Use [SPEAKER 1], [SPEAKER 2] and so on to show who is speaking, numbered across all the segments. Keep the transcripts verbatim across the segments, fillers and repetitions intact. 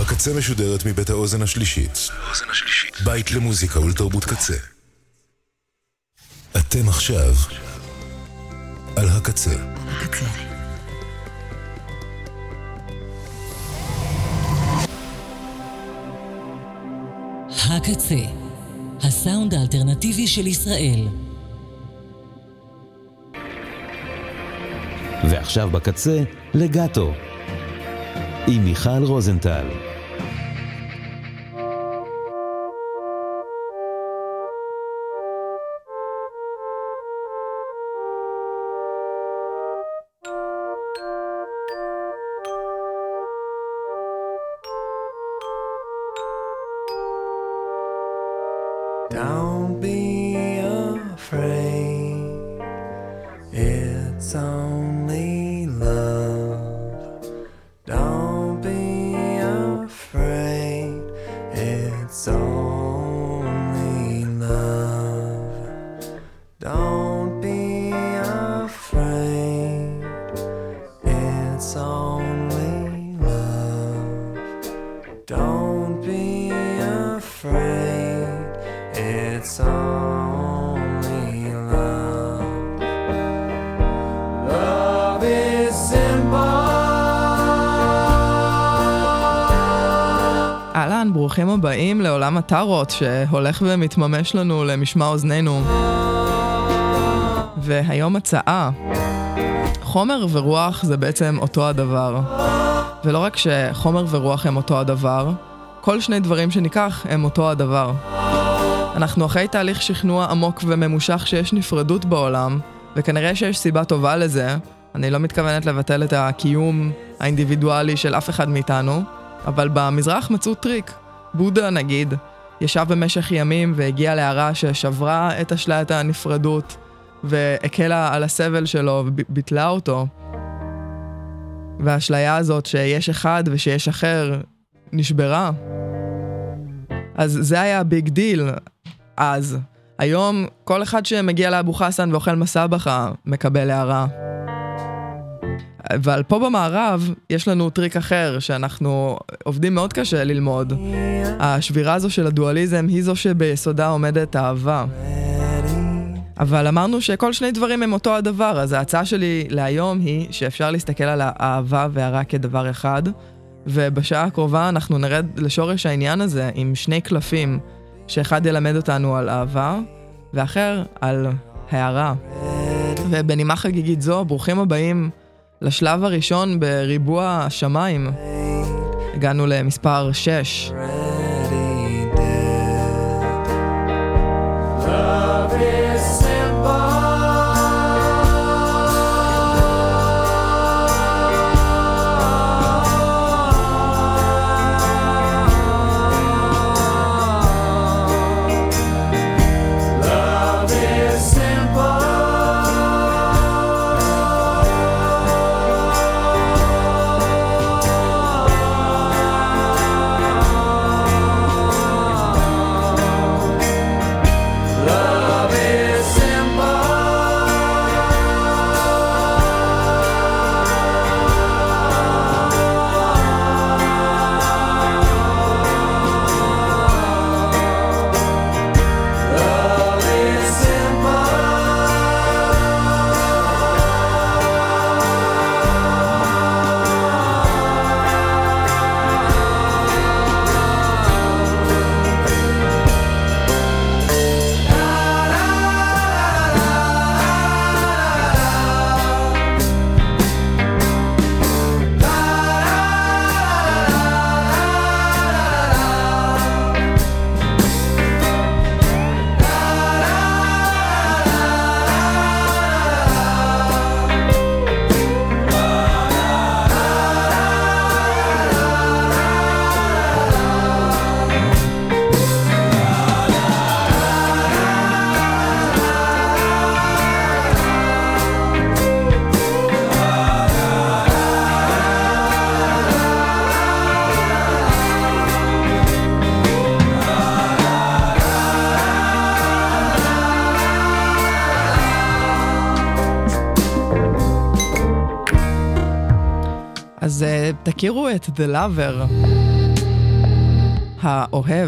[SPEAKER 1] הקצה משודרת מבית האוזן השלישית. בית למוזיקה ולתרבות קצה. אתם עכשיו על הקצה.
[SPEAKER 2] הקצה. הקצה, הסאונד האלטרנטיבי של ישראל.
[SPEAKER 3] ועכשיו בקצה, לגאטו, עם מיכל רוזנטל.
[SPEAKER 4] Don't be afraid, it's only love. Don't be afraid, it's only love. Don't be afraid, it's only love. Don't be afraid, it's only love. Love is simple.
[SPEAKER 5] אהלן, ברוכים הבאים לעולם הטארוט שהולך ומתממש לנו למשמע אוזנינו. והיום הצעה. חומר ורוח זה בעצם אותו הדבר. ולא רק שחומר ורוח הם אותו הדבר, כל שני דברים שניקח הם אותו הדבר. אנחנו אחרי תהליך שכנוע עמוק וממושך שיש נפרדות בעולם, וכנראה שיש סיבה טובה לזה. אני לא מתכוונת לבטל את הקיום האינדיבידואלי של אף אחד מאיתנו, אבל במזרח מצאו טריק. בודה נגיד, ישב במשך ימים והגיע להערה ששברה את אשליית הנפרדות, והקלה על הסבל שלו וביטלה אותו. והאשליה הזאת שיש אחד ושיש אחר נשברה. אז זה היה ביג דיל. אז היום כל אחד שמגיע לאבו חסן ואוכל מסבחה מקבל הערה. אבל פה במערב יש לנו טריק אחר שאנחנו עובדים מאוד קשה ללמוד. השבירה הזו של הדואליזם היא זו שביסודה עומדת האהבה. אבל אמרנו שכל שני דברים הם אותו הדבר, אז ההצעה שלי להיום היא שאפשר להסתכל על האהבה והרע כדבר אחד, ובשעה הקרובה אנחנו נרד לשורש העניין הזה עם שני קלפים, שאחד ילמד אותנו על אהבה, ואחר על הערה. ובנימה חגיגית זו, ברוכים הבאים לשלב הראשון בריבוע השמיים. הגענו למספר שש. אז uh, תכירו את The Lover. האוהב.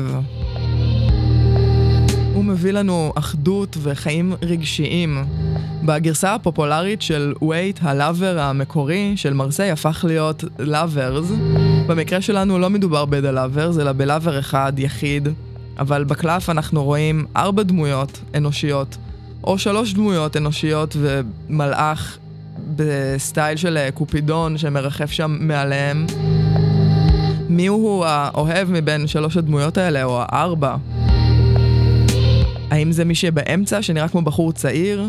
[SPEAKER 5] הוא מביא לנו אחדות וחיים רגשיים. בגרסה הפופולרית של וייט, הלאבר המקורי של מרסיי הפך להיות לאברס. במקרה שלנו לא מדובר ב-The Lovers, אלא בלאבר אחד, יחיד. אבל בקלף אנחנו רואים ארבע דמויות אנושיות, או שלוש דמויות אנושיות ומלאך בסטייל של קופידון שמרחף שם מעליהם. מי הוא האוהב מבין שלוש הדמויות האלה, או הארבע? האם זה מי שבאמצע, שנראה כמו בחור צעיר?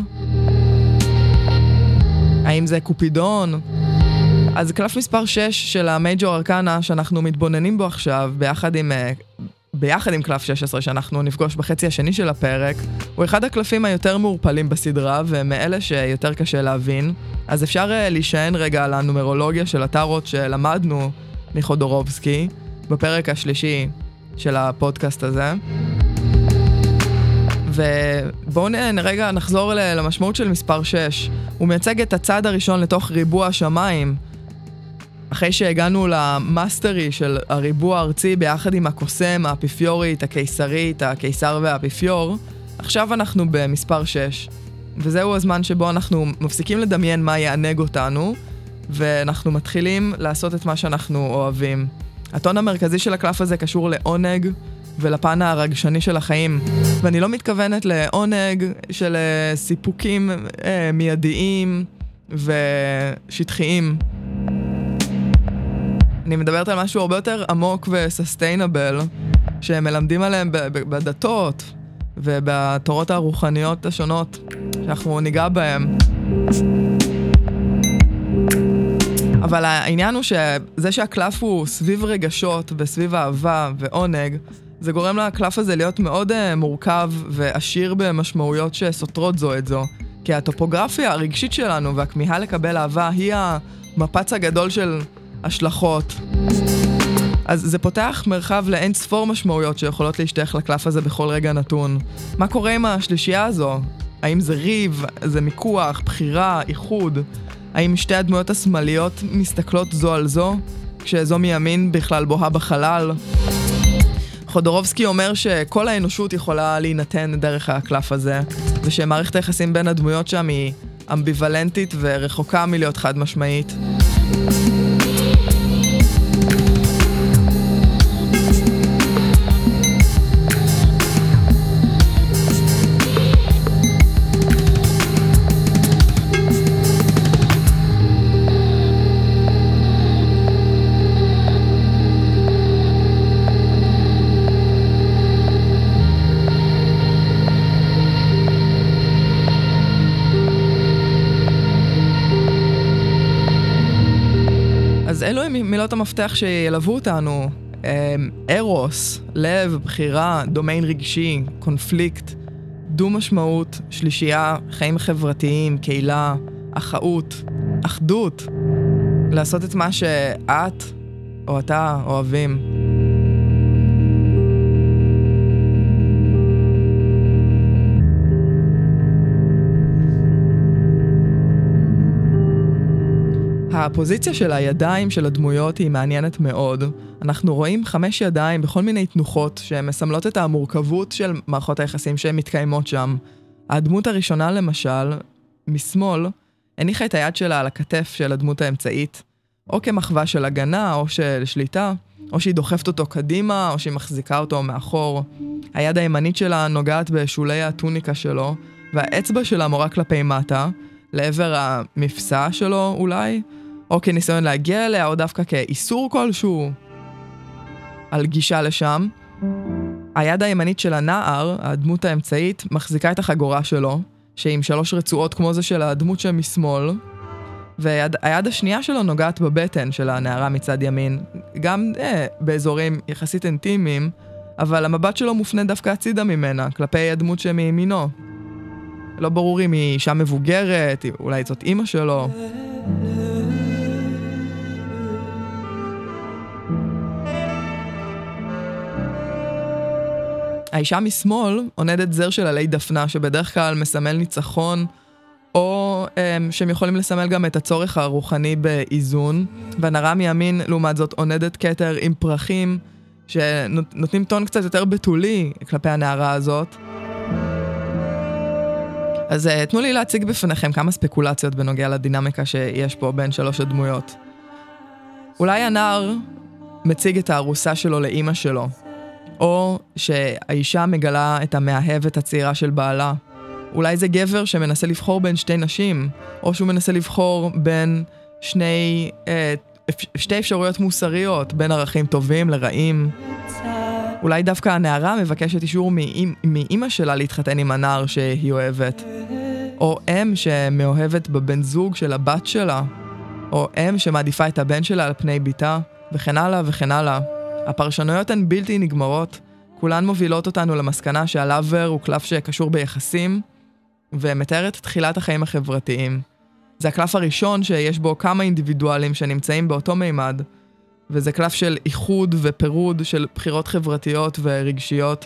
[SPEAKER 5] האם זה קופידון? אז קלף מספר שש של המייג'ור ארקנה שאנחנו מתבוננים בו עכשיו, ביחד עם, ביחד עם קלף שש עשרה שאנחנו נפגוש בחצי השני של הפרק, הוא אחד הקלפים היותר מעורפלים בסדרה, ומאלה שיותר קשה להבין. אז אפשר להישען רגע על הנומרולוגיה של הטארוט שלמדנו מחודורובסקי, בפרק השלישי של הפודקאסט הזה. ובואו רגע נחזור למשמעות של מספר שש. הוא מייצג את הצעד הראשון לתוך ריבוע השמיים. אחרי שהגענו למאסטרי של הריבוע הארצי ביחד עם הקוסם, האפיפיורית, הקיסרית, הקיסר והאפיפיור, עכשיו אנחנו במספר שש. וזהו הזמן שבו אנחנו מפסיקים לדמיין מה יענג אותנו, ואנחנו מתחילים לעשות את מה שאנחנו אוהבים. הטון המרכזי של הקלף הזה קשור לעונג ולפן הרגשני של החיים. ואני לא מתכוונת לעונג של סיפוקים אה, מיידיים ושטחיים. אני מדברת על משהו הרבה יותר עמוק וססטיינבל, שמלמדים עליהם בדתות ובתורות הרוחניות השונות שאנחנו ניגע בהם. אבל העניין הוא שזה שהקלף הוא סביב רגשות וסביב אהבה ועונג, זה גורם לקלף הזה להיות מאוד uh, מורכב ועשיר במשמעויות שסותרות זו את זו. כי הטופוגרפיה הרגשית שלנו והכמיהה לקבל אהבה היא המפץ הגדול של השלכות. אז זה פותח מרחב לאין ספור משמעויות שיכולות להשתייך לקלף הזה בכל רגע נתון. מה קורה עם השלישייה הזו? האם זה ריב, זה מיקוח, בחירה, איחוד? האם שתי הדמויות השמאליות מסתכלות זו על זו, כשזו מימין בכלל בוהה בחלל? חודורובסקי אומר שכל האנושות יכולה להינתן דרך הקלף הזה, ושמערכת היחסים בין הדמויות שם היא אמביוולנטית ורחוקה מלהיות חד משמעית. אז אלו הם מילות המפתח שילוו אותנו. ארוס, לב, בחירה, דומיין רגשי, קונפליקט, דו-משמעות, שלישייה, חיים חברתיים, קהילה, אחאות, אחדות. לעשות את מה שאת או אתה אוהבים. הפוזיציה של הידיים של הדמויות היא מעניינת מאוד. אנחנו רואים חמש ידיים בכל מיני תנוחות שמסמלות את המורכבות של מערכות היחסים שהן מתקיימות שם. הדמות הראשונה למשל, משמאל, הניחה את היד שלה על הכתף של הדמות האמצעית, או כמחווה של הגנה או של שליטה, או שהיא דוחפת אותו קדימה או שהיא מחזיקה אותו מאחור. היד הימנית שלה נוגעת בשולי הטוניקה שלו, והאצבע שלה מורה כלפי מטה, לעבר המפסע שלו אולי, או כניסיון להגיע אליה, או דווקא כאיסור כלשהו על גישה לשם. היד הימנית של הנער, הדמות האמצעית, מחזיקה את החגורה שלו, שהיא עם שלוש רצועות כמו זה של הדמות שמשמאל, והיד השנייה שלו נוגעת בבטן של הנערה מצד ימין, גם אה, באזורים יחסית אינטימיים, אבל המבט שלו מופנה דווקא הצידה ממנה, כלפי הדמות שמימינו. לא ברור אם היא אישה מבוגרת, אולי זאת אמא שלו. האישה משמאל עונדת זר של עלי דפנה, שבדרך כלל מסמל ניצחון, או um, שהם יכולים לסמל גם את הצורך הרוחני באיזון. והנערה מימין, לעומת זאת, עונדת כתר עם פרחים, שנותנים טון קצת יותר בתולי כלפי הנערה הזאת. אז תנו לי להציג בפניכם כמה ספקולציות בנוגע לדינמיקה שיש פה בין שלוש הדמויות. אולי הנער מציג את הארוסה שלו לאמא שלו, או שהאישה מגלה את המאהבת הצעירה של בעלה. אולי זה גבר שמנסה לבחור בין שתי נשים, או שהוא מנסה לבחור בין שני, אה, שתי אפשרויות מוסריות, בין ערכים טובים לרעים. אולי דווקא הנערה מבקשת אישור מאמא שלה להתחתן עם הנער שהיא אוהבת. או אם שמאוהבת בבן זוג של הבת שלה. או אם שמעדיפה את הבן שלה על פני ביתה, וכן הלאה וכן הלאה. הפרשנויות הן בלתי נגמרות, כולן מובילות אותנו למסקנה שהלאבר הוא קלף שקשור ביחסים, ומתאר את תחילת החיים החברתיים. זה הקלף הראשון שיש בו כמה אינדיבידואלים שנמצאים באותו מימד, וזה קלף של איחוד ופירוד של בחירות חברתיות ורגשיות.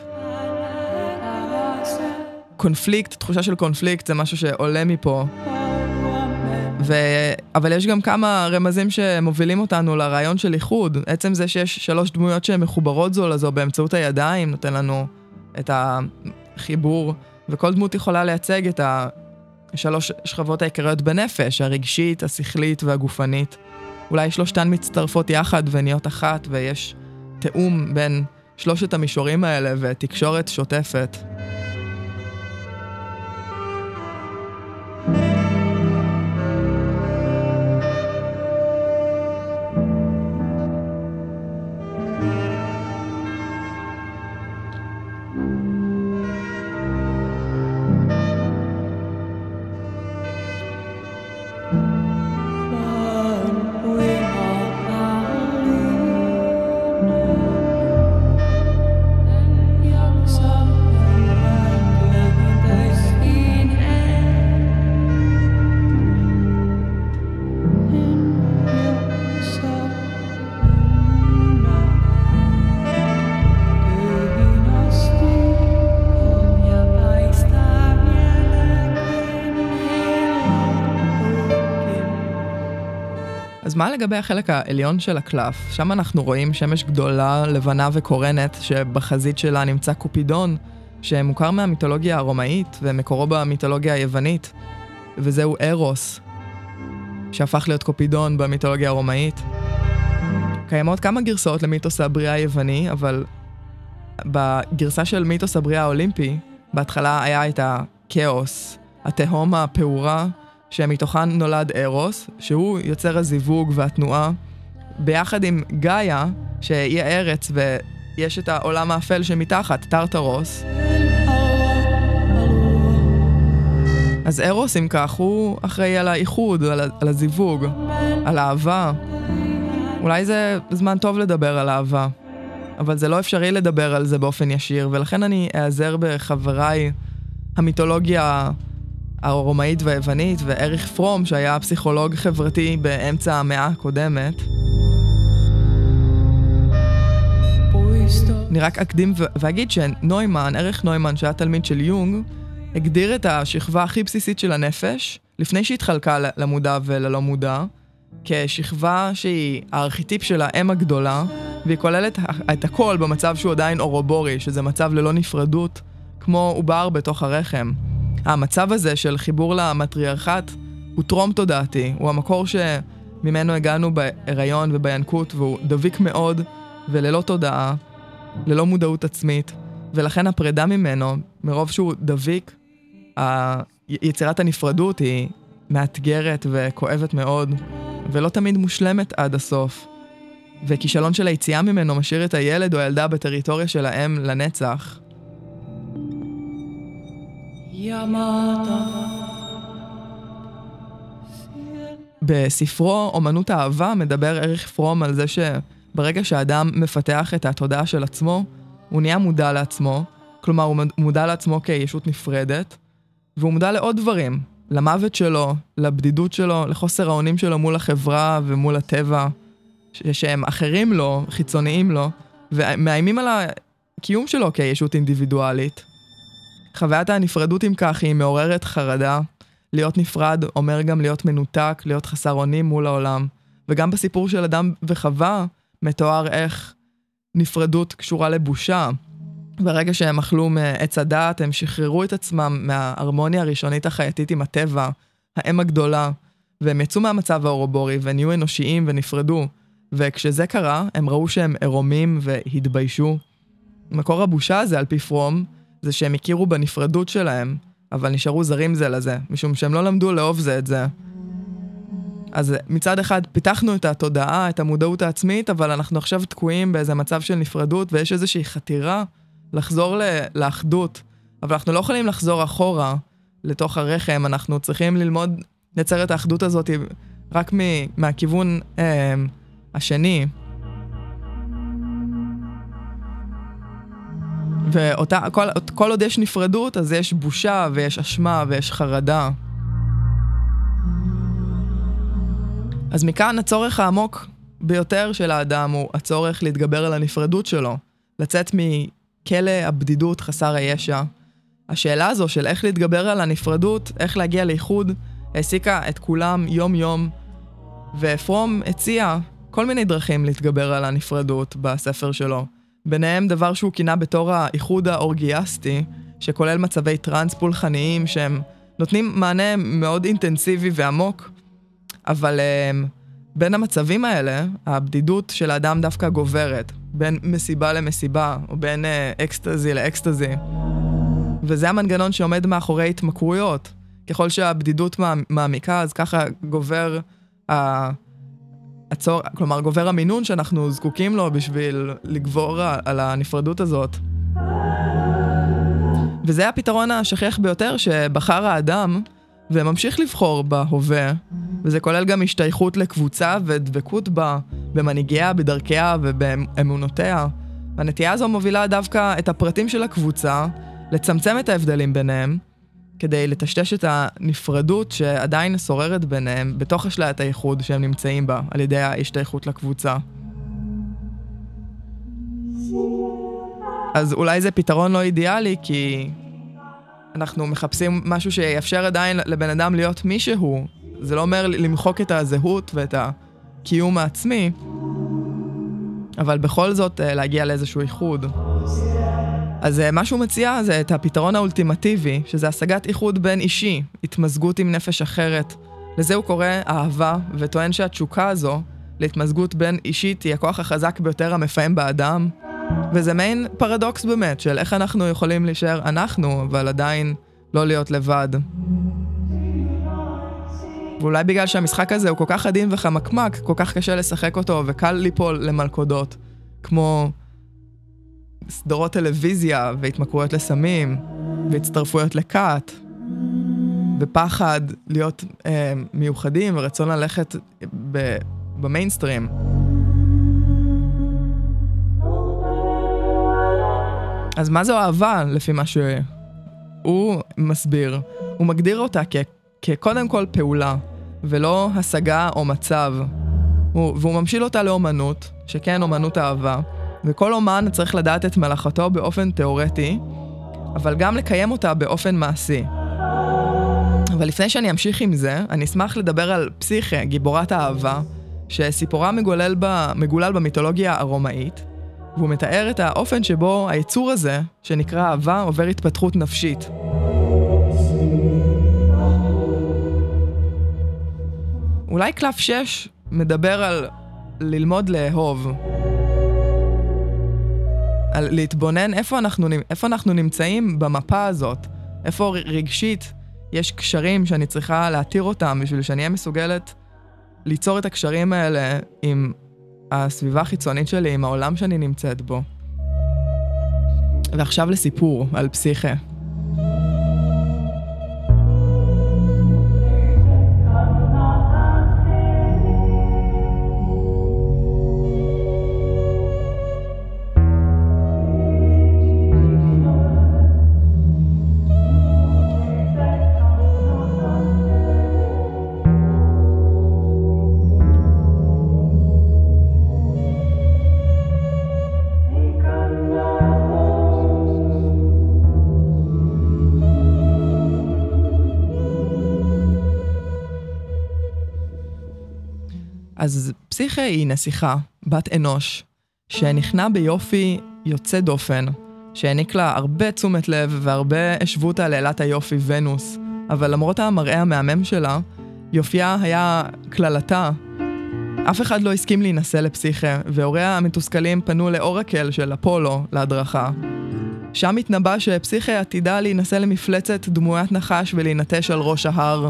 [SPEAKER 5] קונפליקט, תחושה של קונפליקט זה משהו שעולה מפה. ו... אבל יש גם כמה רמזים שמובילים אותנו לרעיון של איחוד. עצם זה שיש שלוש דמויות שהן מחוברות זו לזו באמצעות הידיים, נותן לנו את החיבור, וכל דמות יכולה לייצג את השלוש שכבות העיקריות בנפש, הרגשית, השכלית והגופנית. אולי שלושתן מצטרפות יחד ונהיות אחת, ויש תאום בין שלושת המישורים האלה ותקשורת שוטפת. אז מה לגבי החלק העליון של הקלף? שם אנחנו רואים שמש גדולה, לבנה וקורנת, שבחזית שלה נמצא קופידון, שמוכר מהמיתולוגיה הרומאית ומקורו במיתולוגיה היוונית, וזהו ארוס, שהפך להיות קופידון במיתולוגיה הרומאית. קיימות כמה גרסאות למיתוס הבריאה היווני, אבל בגרסה של מיתוס הבריאה האולימפי, בהתחלה היה את הכאוס, התהום הפעורה, שמתוכן נולד ארוס, שהוא יוצר הזיווג והתנועה, ביחד עם גאיה, שהיא הארץ, ויש את העולם האפל שמתחת, טרטרוס. אז ארוס, אם כך, הוא אחראי על האיחוד, על, על הזיווג, על האהבה. אולי זה זמן טוב לדבר על אהבה, אבל זה לא אפשרי לדבר על זה באופן ישיר, ולכן אני אעזר בחבריי המיתולוגיה הרומאית והיוונית, ואריך פרום, שהיה פסיכולוג חברתי באמצע המאה הקודמת. אני רק אקדים ואגיד שנוימן, אריך נוימן, שהיה תלמיד של יונג, הגדיר את השכבה הכי בסיסית של הנפש, לפני שהתחלקה למודע וללא מודע, כשכבה שהיא הארכיטיפ של האם הגדולה, והיא כוללת את הכל במצב שהוא עדיין אורובורי, שזה מצב ללא נפרדות, כמו עובר בתוך הרחם. המצב הזה של חיבור למטריארכט הוא טרום תודעתי, הוא המקור שממנו הגענו בהיריון ובינקות, והוא דביק מאוד וללא תודעה, ללא מודעות עצמית, ולכן הפרידה ממנו, מרוב שהוא דביק, יצירת הנפרדות היא מאתגרת וכואבת מאוד, ולא תמיד מושלמת עד הסוף. וכישלון של היציאה ממנו משאיר את הילד או הילדה בטריטוריה של האם לנצח. בספרו אומנות האהבה מדבר אריך פרום על זה שברגע שהאדם מפתח את התודעה של עצמו, הוא נהיה מודע לעצמו, כלומר הוא מודע לעצמו כישות נפרדת, והוא מודע לעוד דברים, למוות שלו, לבדידות שלו, לחוסר האונים שלו מול החברה ומול הטבע, שהם אחרים לו, חיצוניים לו, ומאיימים על הקיום שלו כישות אינדיבידואלית. חוויית הנפרדות עם כך היא מעוררת חרדה. להיות נפרד אומר גם להיות מנותק, להיות חסר אונים מול העולם. וגם בסיפור של אדם וחווה מתואר איך נפרדות קשורה לבושה. ברגע שהם אכלו מעץ הדעת, הם שחררו את עצמם מההרמוניה הראשונית החייתית עם הטבע, האם הגדולה, והם יצאו מהמצב האורובורי ונהיו אנושיים ונפרדו. וכשזה קרה, הם ראו שהם עירומים והתביישו. מקור הבושה הזה, על פי פרום, זה שהם הכירו בנפרדות שלהם, אבל נשארו זרים זה לזה, משום שהם לא למדו לאהוב זה את זה. אז מצד אחד פיתחנו את התודעה, את המודעות העצמית, אבל אנחנו עכשיו תקועים באיזה מצב של נפרדות, ויש איזושהי חתירה לחזור לאחדות, אבל אנחנו לא יכולים לחזור אחורה לתוך הרחם, אנחנו צריכים ללמוד לייצר את האחדות הזאת רק מהכיוון אה, השני. ואותה, כל, כל עוד יש נפרדות, אז יש בושה ויש אשמה ויש חרדה. אז מכאן הצורך העמוק ביותר של האדם הוא הצורך להתגבר על הנפרדות שלו, לצאת מכלא הבדידות חסר הישע. השאלה הזו של איך להתגבר על הנפרדות, איך להגיע לאיחוד, העסיקה את כולם יום יום, ופרום הציע כל מיני דרכים להתגבר על הנפרדות בספר שלו. ביניהם דבר שהוא כינה בתור האיחוד האורגיאסטי, שכולל מצבי טרנס פולחניים שהם נותנים מענה מאוד אינטנסיבי ועמוק, אבל um, בין המצבים האלה, הבדידות של האדם דווקא גוברת, בין מסיבה למסיבה, או בין uh, אקסטזי לאקסטזי. וזה המנגנון שעומד מאחורי התמכרויות. ככל שהבדידות מעמיקה, אז ככה גובר ה... הצור... כלומר, גובר המינון שאנחנו זקוקים לו בשביל לגבור על הנפרדות הזאת. וזה הפתרון השכיח ביותר שבחר האדם, וממשיך לבחור בהווה, וזה כולל גם השתייכות לקבוצה ודבקות בה, במנהיגיה, בדרכיה ובאמונותיה. הנטייה הזו מובילה דווקא את הפרטים של הקבוצה, לצמצם את ההבדלים ביניהם, כדי לטשטש את הנפרדות שעדיין שוררת ביניהם בתוך אשליית הייחוד שהם נמצאים בה, על ידי ההשתייכות לקבוצה. אז אולי זה פתרון לא אידיאלי, כי אנחנו מחפשים משהו שיאפשר עדיין לבן אדם להיות מישהו. זה לא אומר למחוק את הזהות ואת הקיום העצמי, אבל בכל זאת להגיע לאיזשהו איחוד. אז מה שהוא מציע זה את הפתרון האולטימטיבי, שזה השגת איחוד בין אישי, התמזגות עם נפש אחרת. לזה הוא קורא אהבה, וטוען שהתשוקה הזו, להתמזגות בין אישית, היא הכוח החזק ביותר המפעם באדם. וזה מעין פרדוקס באמת, של איך אנחנו יכולים להישאר אנחנו, אבל עדיין לא להיות לבד. ואולי בגלל שהמשחק הזה הוא כל כך עדין וחמקמק, כל כך קשה לשחק אותו, וקל ליפול למלכודות, כמו סדרות טלוויזיה, והתמכרויות לסמים, והצטרפויות לקאט, ופחד להיות אה, מיוחדים, ורצון ללכת ב- במיינסטרים. אז מה זו אהבה, לפי מה שהוא מסביר? הוא מגדיר אותה כ- כקודם כל פעולה, ולא השגה או מצב. הוא, והוא ממשיל אותה לאומנות, שכן אומנות אהבה, וכל אומן צריך לדעת את מלאכתו באופן תיאורטי, אבל גם לקיים אותה באופן מעשי. אבל לפני שאני אמשיך עם זה, אני אשמח לדבר על פסיכה, גיבורת האהבה, שסיפורה מגולל, ב, מגולל במיתולוגיה הרומאית, והוא מתאר את האופן שבו היצור הזה, שנקרא אהבה, עובר התפתחות נפשית. אולי קלף שש מדבר על ללמוד לאהוב. על להתבונן איפה אנחנו, איפה אנחנו נמצאים במפה הזאת, איפה רגשית יש קשרים שאני צריכה להתיר אותם בשביל שאני אהיה מסוגלת ליצור את הקשרים האלה עם הסביבה החיצונית שלי, עם העולם שאני נמצאת בו. ועכשיו לסיפור על פסיכה. אז פסיכה היא נסיכה, בת אנוש, שנכנע ביופי יוצא דופן, שהעניק לה הרבה תשומת לב והרבה השבותה לאלת היופי ונוס, אבל למרות המראה המהמם שלה, יופייה היה כללתה. אף אחד לא הסכים להינשא לפסיכה, והוריה המתוסכלים פנו לאורקל של אפולו להדרכה. שם התנבא שפסיכה עתידה להינשא למפלצת דמוית נחש ולהינטש על ראש ההר.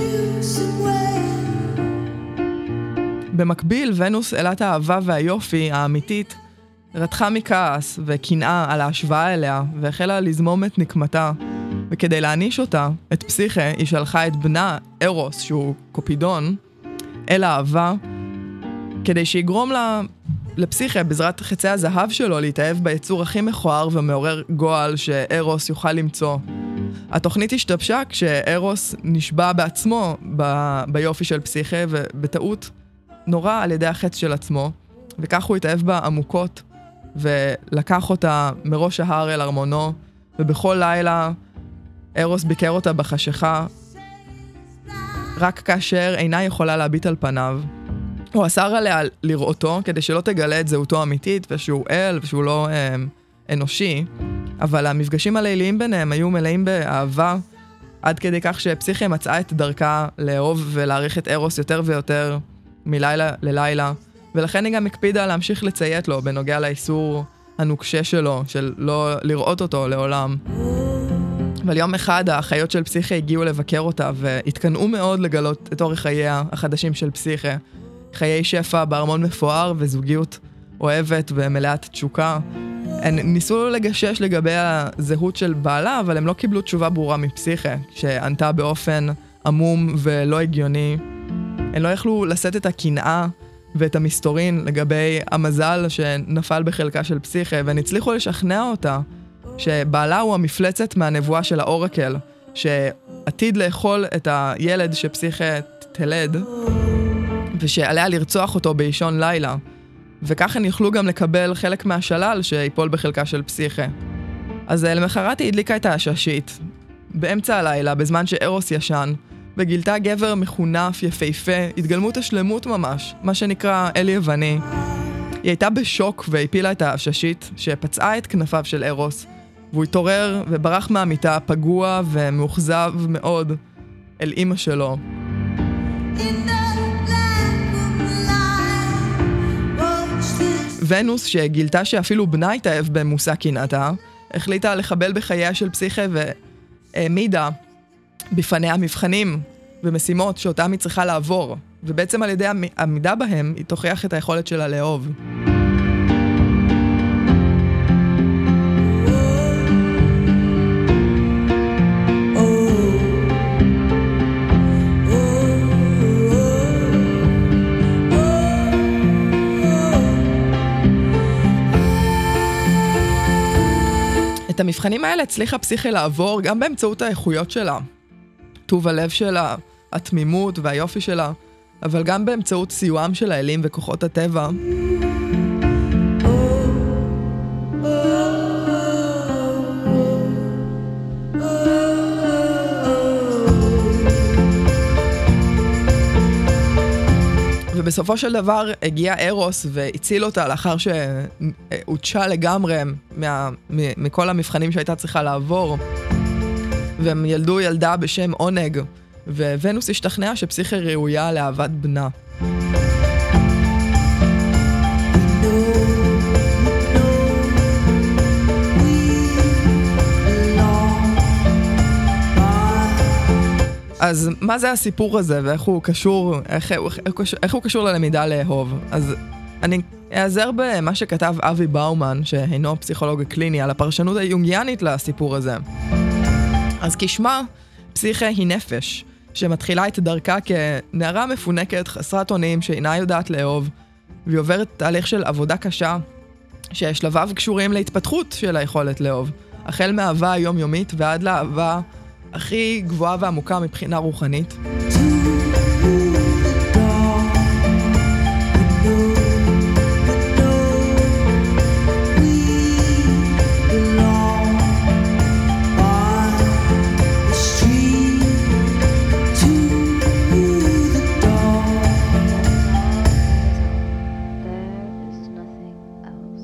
[SPEAKER 5] במקביל, ונוס אלת האהבה והיופי האמיתית רתחה מכעס וקנאה על ההשוואה אליה, והחלה לזמום את נקמתה. וכדי להעניש אותה, את פסיכה, היא שלחה את בנה, ארוס, שהוא קופידון, אל האהבה, כדי שיגרום לה, לפסיכה, בעזרת חצי הזהב שלו, להתאהב ביצור הכי מכוער ומעורר גועל שארוס יוכל למצוא. התוכנית השתבשה כשארוס נשבע בעצמו ב, ביופי של פסיכה, ובטעות נורא על ידי החץ של עצמו, וכך הוא התאהב בה עמוקות, ולקח אותה מראש ההר אל ארמונו, ובכל לילה ארוס ביקר אותה בחשיכה, רק כאשר אינה יכולה להביט על פניו. הוא אסר עליה לראותו, כדי שלא תגלה את זהותו האמיתית, ושהוא אל, ושהוא לא אה, אנושי, אבל המפגשים הליליים ביניהם היו מלאים באהבה, עד כדי כך שפסיכה מצאה את דרכה לאהוב ולהעריך את ארוס יותר ויותר מלילה ללילה, ולכן היא גם הקפידה להמשיך לציית לו בנוגע לאיסור הנוקשה שלו, של לא לראות אותו לעולם. אבל יום אחד האחיות של פסיכה הגיעו לבקר אותה, והתקנאו מאוד לגלות את אורך חייה החדשים של פסיכה. חיי שפע בארמון מפואר וזוגיות אוהבת ומלאת תשוקה. הן ניסו לגשש לגבי הזהות של בעלה, אבל הם לא קיבלו תשובה ברורה מפסיכה, שענתה באופן עמום ולא הגיוני. הן לא יכלו לשאת את הקנאה ואת המסתורין לגבי המזל שנפל בחלקה של פסיכה, והן הצליחו לשכנע אותה שבעלה הוא המפלצת מהנבואה של האורקל, שעתיד לאכול את הילד שפסיכה תלד, ושעליה לרצוח אותו באישון לילה. וכך הן יוכלו גם לקבל חלק מהשלל שיפול בחלקה של פסיכה. אז למחרת היא הדליקה את העששית, באמצע הלילה, בזמן שארוס ישן, וגילתה גבר מחונף, יפהפה, התגלמות השלמות ממש, מה שנקרא אל יווני. היא הייתה בשוק והפילה את העששית, שפצעה את כנפיו של ארוס, והוא התעורר וברח מהמיטה פגוע ומאוכזב מאוד אל אמא שלו. ונוס, שגילתה שאפילו בנה התאהב במושא קנאתה, החליטה לחבל בחייה של פסיכה והעמידה בפניה מבחנים ומשימות שאותם היא צריכה לעבור, ובעצם על ידי העמידה בהם היא תוכיח את היכולת שלה לאהוב. את המבחנים האלה הצליחה פסיכה לעבור גם באמצעות האיכויות שלה, טוב הלב שלה, התמימות והיופי שלה, אבל גם באמצעות סיועם של האלים וכוחות הטבע. ובסופו של דבר הגיע ארוס והציל אותה לאחר שהותשה לגמרי מה, מכל המבחנים שהייתה צריכה לעבור. והם ילדו ילדה בשם עונג, וונוס השתכנעה שפסיכה ראויה לאהבת בנה. אז מה זה הסיפור הזה, ואיך הוא קשור, איך, איך, איך, איך הוא קשור ללמידה לאהוב? אז אני אעזר במה שכתב אבי באומן, שהינו פסיכולוג קליני, על הפרשנות היונגיאנית לסיפור הזה. אז כשמה, פסיכה היא נפש, שמתחילה את דרכה כנערה מפונקת, חסרת אונים, שאינה יודעת לאהוב, והיא עוברת תהליך של עבודה קשה, ששלביו קשורים להתפתחות של היכולת לאהוב, החל מהאהבה היומיומית ועד לאהבה הכי גבוהה ועמוקה מבחינה רוחנית.
[SPEAKER 6] There is nothing else.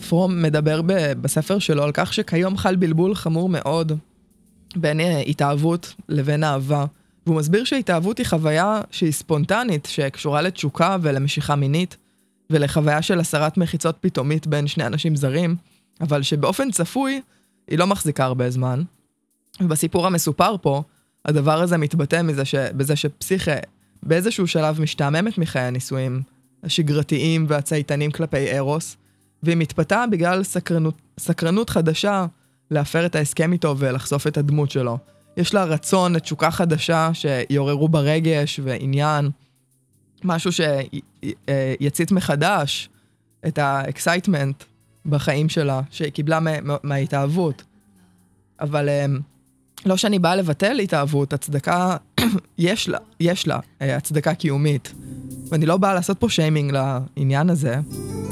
[SPEAKER 5] פרום מדבר ב- בספר שלו על כך שכיום חל בלבול חמור מאוד בין התאהבות לבין אהבה. והוא מסביר שהתאהבות היא חוויה שהיא ספונטנית, שקשורה לתשוקה ולמשיכה מינית, ולחוויה של הסרת מחיצות פתאומית בין שני אנשים זרים, אבל שבאופן צפוי היא לא מחזיקה הרבה זמן. ובסיפור המסופר פה, הדבר הזה מתבטא מזה ש... בזה שפסיכה באיזשהו שלב משתעממת מחיי הנישואים השגרתיים והצייתנים כלפי ארוס, והיא מתפתה בגלל סקרנות, סקרנות חדשה להפר את ההסכם איתו ולחשוף את הדמות שלו. יש לה רצון לתשוקה חדשה שיעוררו ברגש ועניין, משהו שיצית מחדש את האקסייטמנט בחיים שלה, שהיא קיבלה מההתאהבות. אבל לא שאני באה לבטל התאהבות, הצדקה, יש לה, יש לה הצדקה קיומית. ואני לא באה לעשות פה שיימינג לעניין הזה,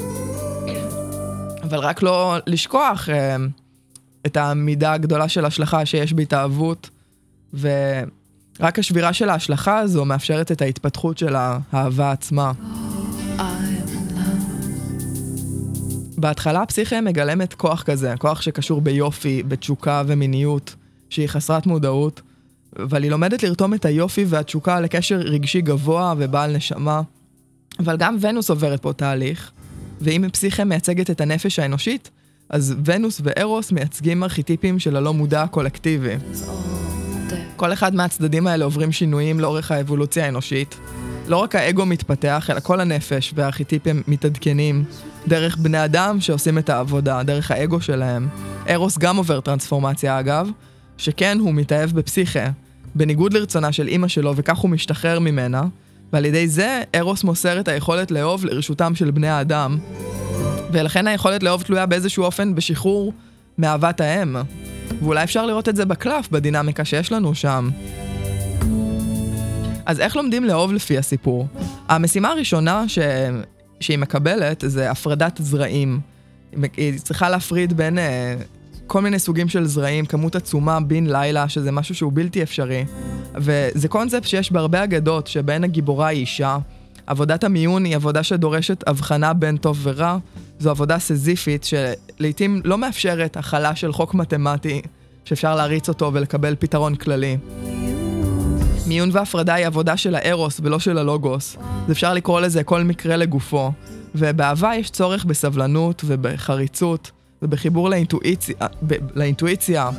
[SPEAKER 5] אבל רק לא לשכוח את המידה הגדולה של השלכה שיש בהתאהבות, ורק השבירה של ההשלכה הזו מאפשרת את ההתפתחות של האהבה עצמה. בהתחלה הפסיכה מגלמת כוח כזה, כוח שקשור ביופי, בתשוקה ומיניות, שהיא חסרת מודעות, אבל היא לומדת לרתום את היופי והתשוקה לקשר רגשי גבוה ובעל נשמה. אבל גם ונוס עוברת פה תהליך, ואם פסיכה מייצגת את הנפש האנושית, אז ונוס וארוס מייצגים ארכיטיפים של הלא מודע הקולקטיבי. כל אחד מהצדדים האלה עוברים שינויים לאורך האבולוציה האנושית. לא רק האגו מתפתח, אלא כל הנפש והארכיטיפים מתעדכנים דרך בני אדם שעושים את העבודה, דרך האגו שלהם. ארוס גם עובר טרנספורמציה אגב, שכן הוא מתאהב בפסיכה, בניגוד לרצונה של אמא שלו, וכך הוא משתחרר ממנה, ועל ידי זה ארוס מוסר את היכולת לאהוב לרשותם של בני האדם, ולכן היכולת לאהוב תלויה באיזשהו אופן בשחרור מאהבת האם. ואולי אפשר לראות את זה בקלף, בדינמיקה שיש לנו שם. אז איך לומדים לאהוב לפי הסיפור? המשימה הראשונה ש... שהיא מקבלת זה הפרדת זרעים. היא צריכה להפריד בין uh, כל מיני סוגים של זרעים, כמות עצומה בין לילה, שזה משהו שהוא בלתי אפשרי. וזה קונספט שיש בהרבה אגדות, שבין הגיבורה היא אישה. עבודת המיון היא עבודה שדורשת הבחנה בין טוב ורע. זו עבודה סזיפית שלעיתים לא מאפשרת החלה של חוק מתמטי, שאפשר להריץ אותו ולקבל פתרון כללי. מיון והפרדה היא עבודה של הארוס ולא של הלוגוס. אז אפשר לקרוא לזה כל מקרה לגופו. ובאהבה יש צורך בסבלנות ובחריצות, ובחיבור לאינטואיציה, ב- לאינטואיציה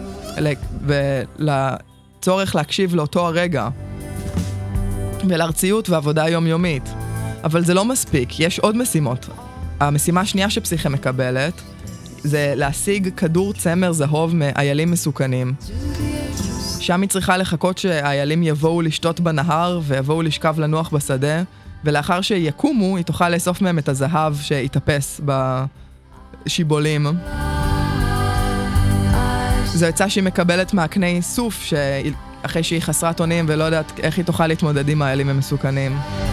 [SPEAKER 5] ולצורך להקשיב לאותו הרגע. ולארציות ועבודה יומיומית. אבל זה לא מספיק, יש עוד משימות. המשימה השנייה שפסיכה מקבלת זה להשיג כדור צמר זהוב מאיילים מסוכנים. שם היא צריכה לחכות שהאיילים יבואו לשתות בנהר ויבואו לשכב לנוח בשדה, ולאחר שיקומו היא תוכל לאסוף מהם את הזהב שיתאפס בשיבולים. זו עצה שהיא מקבלת מהקני סוף, שאחרי שהיא חסרת אונים ולא יודעת איך היא תוכל להתמודד עם האיילים המסוכנים.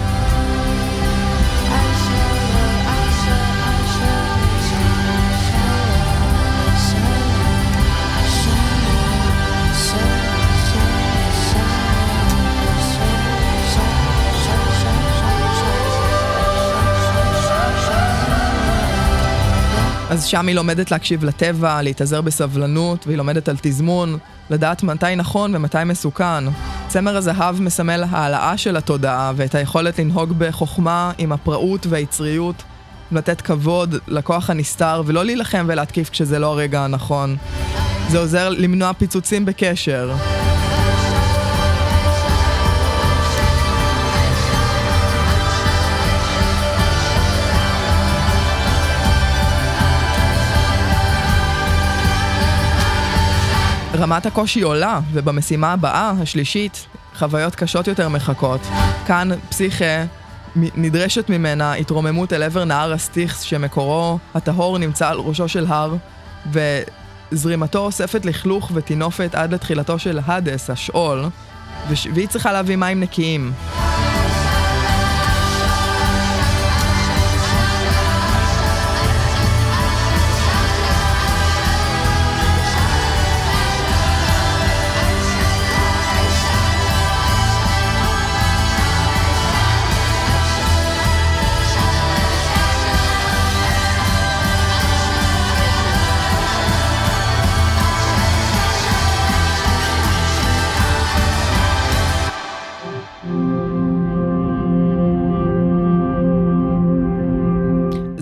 [SPEAKER 5] אז שם היא לומדת להקשיב לטבע, להתאזר בסבלנות, והיא לומדת על תזמון, לדעת מתי נכון ומתי מסוכן. צמר הזהב מסמל העלאה של התודעה, ואת היכולת לנהוג בחוכמה עם הפראות והיצריות, לתת כבוד לכוח הנסתר, ולא להילחם ולהתקיף כשזה לא הרגע הנכון. זה עוזר למנוע פיצוצים בקשר. רמת הקושי עולה, ובמשימה הבאה, השלישית, חוויות קשות יותר מחכות. כאן פסיכה נדרשת ממנה התרוממות אל עבר נהר הסטיכס, שמקורו הטהור נמצא על ראשו של הר, וזרימתו אוספת לכלוך ותינופת עד לתחילתו של הדס, השאול, והיא צריכה להביא מים נקיים.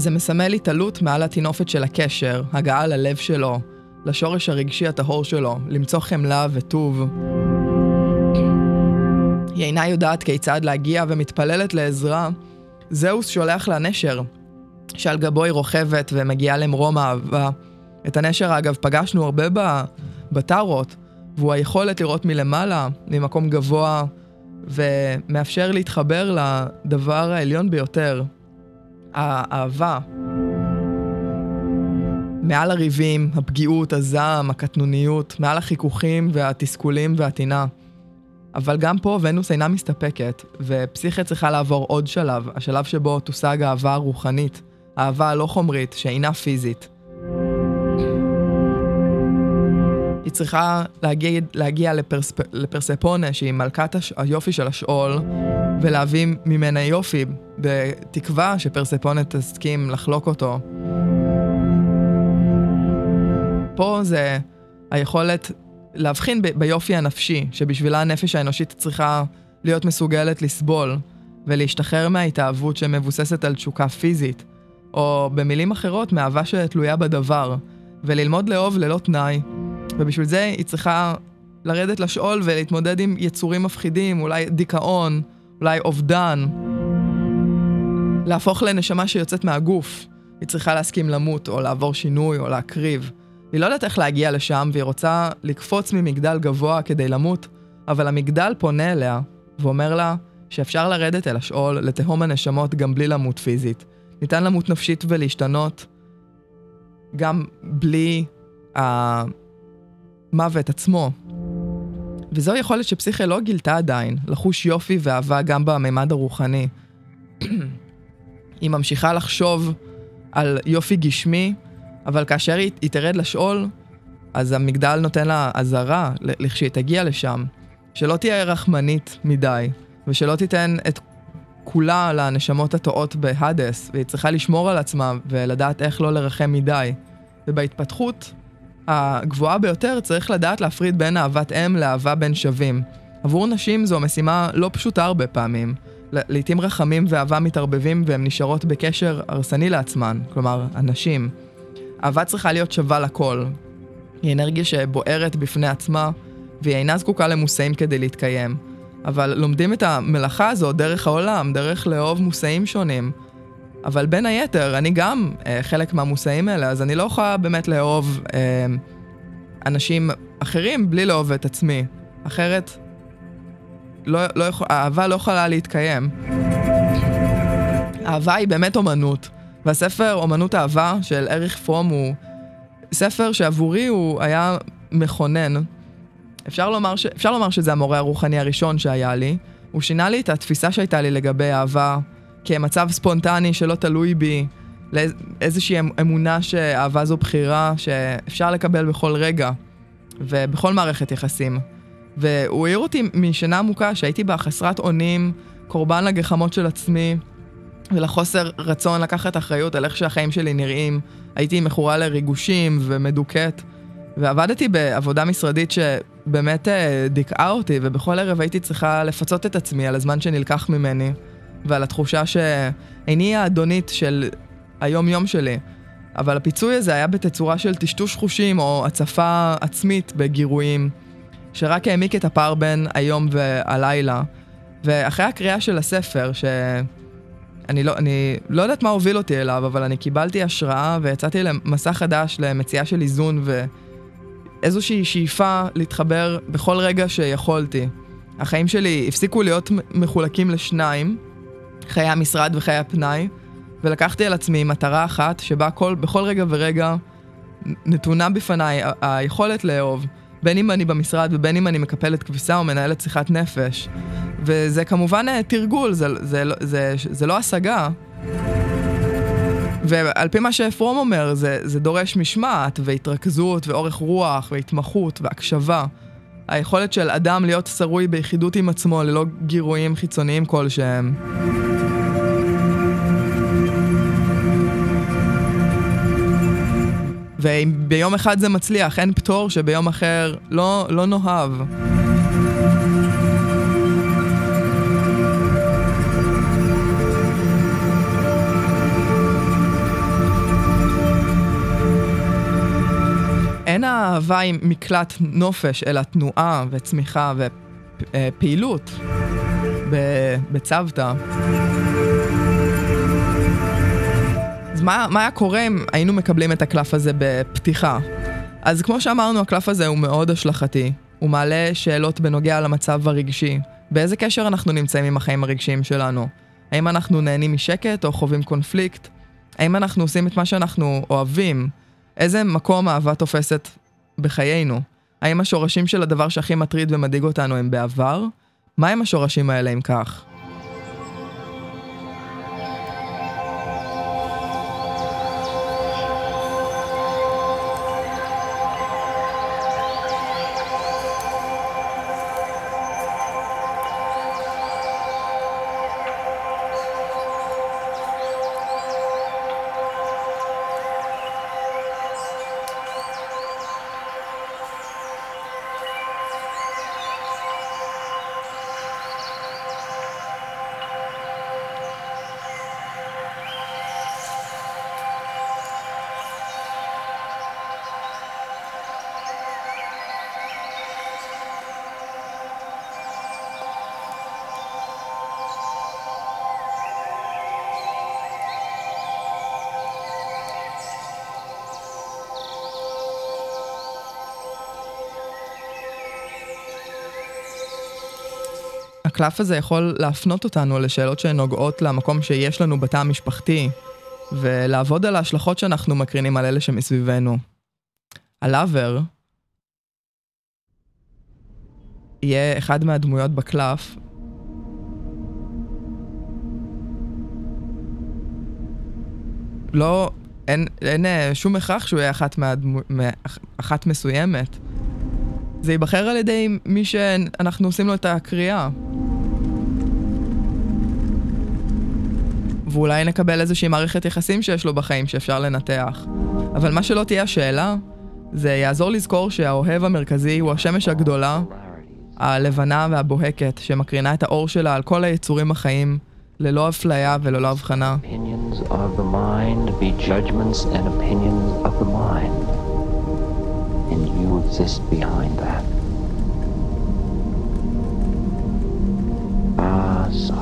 [SPEAKER 5] זה מסמל התעלות מעל התינופת של הקשר, הגעה ללב שלו, לשורש הרגשי הטהור שלו, למצוא חמלה וטוב. היא אינה יודעת כיצד להגיע ומתפללת לעזרה. זהוס שולח לה נשר, שעל גבו היא רוכבת ומגיעה למרום האהבה. את הנשר, אגב, פגשנו הרבה בטרות, והוא היכולת לראות מלמעלה, ממקום גבוה, ומאפשר להתחבר לדבר העליון ביותר, האהבה. מעל הריבים, הפגיעות, הזעם, הקטנוניות, מעל החיכוכים והתסכולים והתינה. אבל גם פה ונוס אינה מסתפקת, ופסיכה צריכה לעבור עוד שלב, השלב שבו תושג האהבה הרוחנית, האהבה הלא חומרית, שאינה פיזית. היא צריכה להגיע, להגיע לפרספ... לפרספונה, שהיא מלכת הש... היופי של השאול, ולהביא ממנה יופי, בתקווה שפרספונה תסכים לחלוק אותו. פה זה היכולת להבחין ב... ביופי הנפשי, שבשבילה הנפש האנושית צריכה להיות מסוגלת לסבול, ולהשתחרר מההתאהבות שמבוססת על תשוקה פיזית, או במילים אחרות, מאהבה שתלויה בדבר, וללמוד לאהוב ללא תנאי. ובשביל זה היא צריכה לרדת לשאול ולהתמודד עם יצורים מפחידים, אולי דיכאון, אולי אובדן. להפוך לנשמה שיוצאת מהגוף. היא צריכה להסכים למות, או לעבור שינוי, או להקריב. היא לא יודעת איך להגיע לשם, והיא רוצה לקפוץ ממגדל גבוה כדי למות, אבל המגדל פונה אליה, ואומר לה שאפשר לרדת אל השאול, לתהום הנשמות גם בלי למות פיזית. ניתן למות נפשית ולהשתנות, גם בלי המוות עצמו. וזו יכולת שפסיכה לא גילתה עדיין, לחוש יופי ואהבה גם בממד הרוחני. היא ממשיכה לחשוב על יופי גשמי, אבל כאשר היא, היא תרד לשאול, אז המגדל נותן לה עזרה לכשהיא תגיע לשם, שלא תהיה רחמנית מדי, ושלא תיתן את כולה לנשמות הטועות בהדס, והיא צריכה לשמור על עצמה ולדעת איך לא לרחם מדי. ובהתפתחות הגבוהה ביותר צריך לדעת להפריד בין אהבת אם לאהבה בין שווים. עבור נשים זו משימה לא פשוטה הרבה פעמים. לעתים רחמים ואהבה מתערבבים והן נשארות בקשר הרסני לעצמן, כלומר, הנשים. אהבה צריכה להיות שווה לכל. היא אנרגיה שבוערת בפני עצמה, והיא אינה זקוקה למושאים כדי להתקיים. אבל לומדים את המלאכה הזו דרך העולם, דרך לאהוב מושאים שונים. אבל בין היתר, אני גם אה, חלק מהמושאים האלה, אז אני לא יכולה באמת לאהוב אה, אנשים אחרים בלי לאהוב את עצמי. אחרת, לא, לא יכול, האהבה לא יכולה להתקיים. האהבה היא באמת אומנות, והספר אומנות האהבה של אריך פרום הוא ספר שעבורי הוא היה מכונן. אפשר לומר, ש... אפשר לומר שזה המורה הרוחני הראשון שהיה לי. הוא שינה לי את התפיסה שהייתה לי לגבי אהבה, כמצב ספונטני שלא תלוי בי, לאיזושהי אמונה שאהבה זו בחירה שאפשר לקבל בכל רגע, ובכל מערכת יחסים. והוא העיר אותי משנה עמוקה שהייתי בה חסרת אונים, קורבן לגחמות של עצמי, ולחוסר רצון לקחת אחריות על איך שהחיים שלי נראים. הייתי מכורה לריגושים ומדוקת, ועבדתי בעבודה משרדית שבאמת דיכאה אותי, ובכל ערב הייתי צריכה לפצות את עצמי על הזמן שנלקח ממני, ועל התחושה שאיני האדונית של היום יום שלי. אבל הפיצוי הזה היה בתצורה של טשטוש חושים או הצפה עצמית בגירויים, שרק העמיק את הפער בין היום והלילה. ואחרי הקריאה של הספר, שאני לא, אני לא יודעת מה הוביל אותי אליו, אבל אני קיבלתי השראה ויצאתי למסע חדש למציאה של איזון ואיזושהי שאיפה להתחבר בכל רגע שיכולתי. החיים שלי הפסיקו להיות מחולקים לשניים, חיי המשרד וחיי הפנאי, ולקחתי על עצמי מטרה אחת שבה כל, בכל רגע ורגע נתונה בפניי היכולת לאהוב, בין אם אני במשרד ובין אם אני מקפלת כביסה או מנהלת שיחת נפש. וזה כמובן תרגול, זה, זה, זה, זה, זה לא השגה. ועל פי מה שאפרום אומר, זה, זה דורש משמעת והתרכזות ואורך רוח והתמחות והקשבה. היכולת של אדם להיות שרוי ביחידות עם עצמו ללא גירויים חיצוניים כלשהם. ואם ביום אחד זה מצליח, אין פתור שביום אחר לא, לא נאהב. אין האהבה עם מקלט נופש, אלא תנועה וצמיחה ופעילות בצוותא. אז מה, מה היה קורה אם היינו מקבלים את הקלף הזה בפתיחה? אז כמו שאמרנו, הקלף הזה הוא מאוד השלכתי. הוא מעלה שאלות בנוגע למצב הרגשי. באיזה קשר אנחנו נמצאים עם החיים הרגשיים שלנו? האם אנחנו נהנים משקט או חווים קונפליקט? האם אנחנו עושים את מה שאנחנו אוהבים? איזה מקום האהבה תופסת בחיינו? האם השורשים של הדבר שהכי מטריד ומדאיג אותנו הם בעבר? מה הם השורשים האלה אם כך? הקלף הזה יכול להפנות אותנו לשאלות שנוגעות למקום שיש לנו בתא המשפחתי, ולעבוד על ההשלכות שאנחנו מקרינים על אלה שמסביבנו. הלאבר יהיה אחד מהדמויות בקלף, לא, אין, אין שום הכרח שהוא יהיה אחת, מהדמו, אחת מסוימת. זה ייבחר על ידי מי שאנחנו עושים לו את הקריאה. ואולי נקבל איזושהי מערכת יחסים שיש לו בחיים שאפשר לנתח. אבל מה שלא תהיה השאלה, זה יעזור לזכור שהאוהב המרכזי הוא השמש הגדולה, הלבנה והבוהקת, שמקרינה את האור שלה על כל היצורים החיים, ללא אפליה וללא הבחנה.
[SPEAKER 6] Opinions of the mind be judgments and opinions of the mind. And you exist behind that. Ah, so.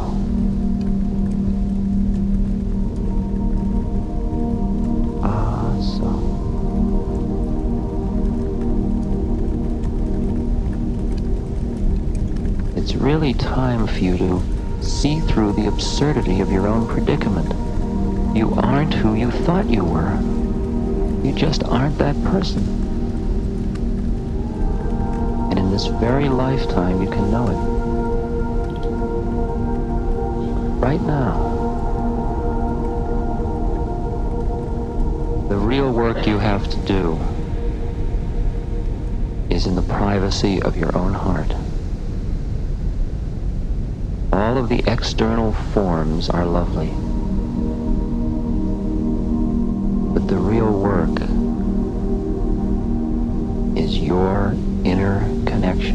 [SPEAKER 6] Ah, so. It's really time for you to see through the absurdity of your own predicament. You aren't who you thought you were. You just aren't that person. And in this very lifetime, you can know it. Right now. The real work you have to do is in the privacy of your own heart. All of the external forms are lovely. But the real work is your inner connection.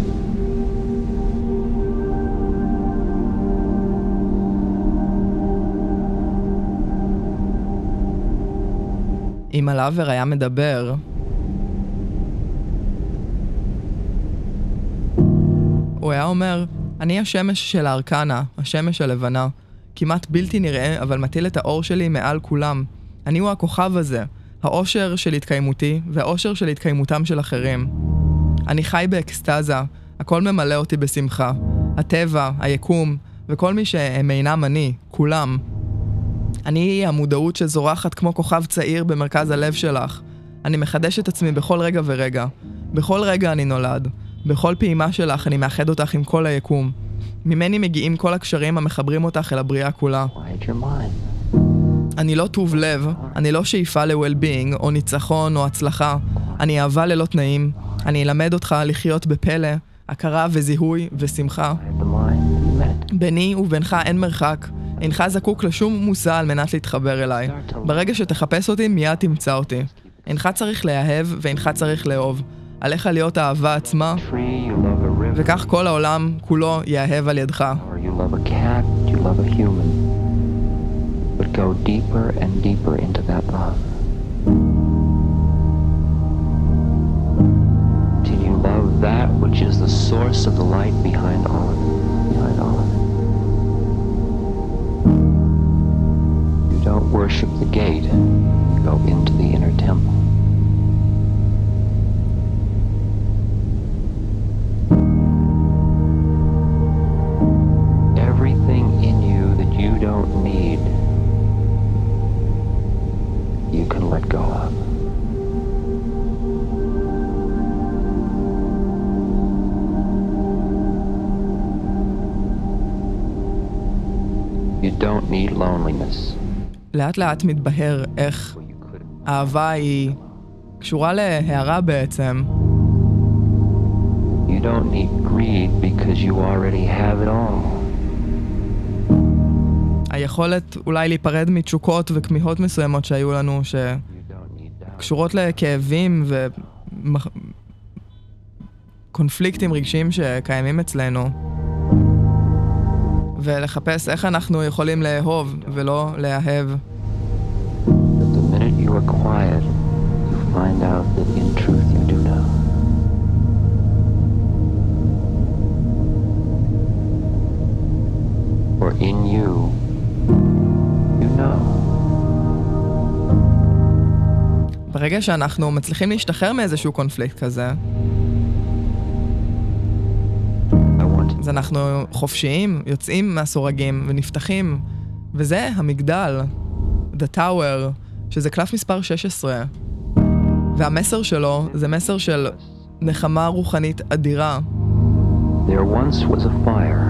[SPEAKER 5] אם הלאבר היה מדבר, הוא היה אומר, אני השמש של הארקנה, השמש הלבנה, כמעט בלתי נראה, אבל מטיל את האור שלי מעל כולם. אני הוא הכוכב הזה, האושר של התקיימותי והאושר של התקיימותם של אחרים. אני חי באקסטזה, הכל ממלא אותי בשמחה. הטבע, היקום, וכל מי שהם אינם אני, כולם. אני המודעות שזורחת כמו כוכב צעיר במרכז הלב שלך. אני מחדש את עצמי בכל רגע ורגע. בכל רגע אני נולד. בכל פעימה שלך אני מאחד אותך עם כל היקום. ממני מגיעים כל הקשרים המחברים אותך אל הבריאה כולה. אני לא טוב לב, אני לא שאיפה ל-well-being או ניצחון או הצלחה. אני אהבה ללא תנאים. אני אלמד אותך לחיות בפלא, הכרה וזיהוי ושמחה. ביני ובינך אין מרחק. אינך זקוק לשום מושא על מנת להתחבר אליי. ברגע שתחפש אותי, מיד תמצא אותי. אינך צריך להאהב ואינך צריך לאהוב. עליך להיות האהבה עצמה, וכך כל העולם כולו יאהב על ידך.
[SPEAKER 6] But go deeper and deeper into that love. which is the source of the light behind all of it. Behind all of it. You don't worship the gate, you go into the inner temple. Everything in you that you don't need, you can let go of. You don't need loneliness.
[SPEAKER 5] לאט לאט מתבהר איך האהבה היא קשורה להערה בעצם.
[SPEAKER 6] You don't need greed because you already have it all.
[SPEAKER 5] היכולת אולי להיפרד מתשוקות וכמיהות מסוימות שהיו לנו, שקשורות לכאבים וקונפליקטים רגשיים שקיימים אצלנו. ולחפש איך אנחנו יכולים לאהוב ולא לאהב.
[SPEAKER 6] But the minute you are quiet, you find out that in truth you do know. For in you, you know.
[SPEAKER 5] ברגע שאנחנו מצליחים להשתחרר מאיזשהו קונפליקט כזה, אז אנחנו חופשיים, יוצאים מהסורגים ונפתחים, וזה המגדל, The Tower, שזה קלף מספר שש עשרה. והמסר שלו זה מסר של נחמה רוחנית אדירה.
[SPEAKER 6] There once was a fire.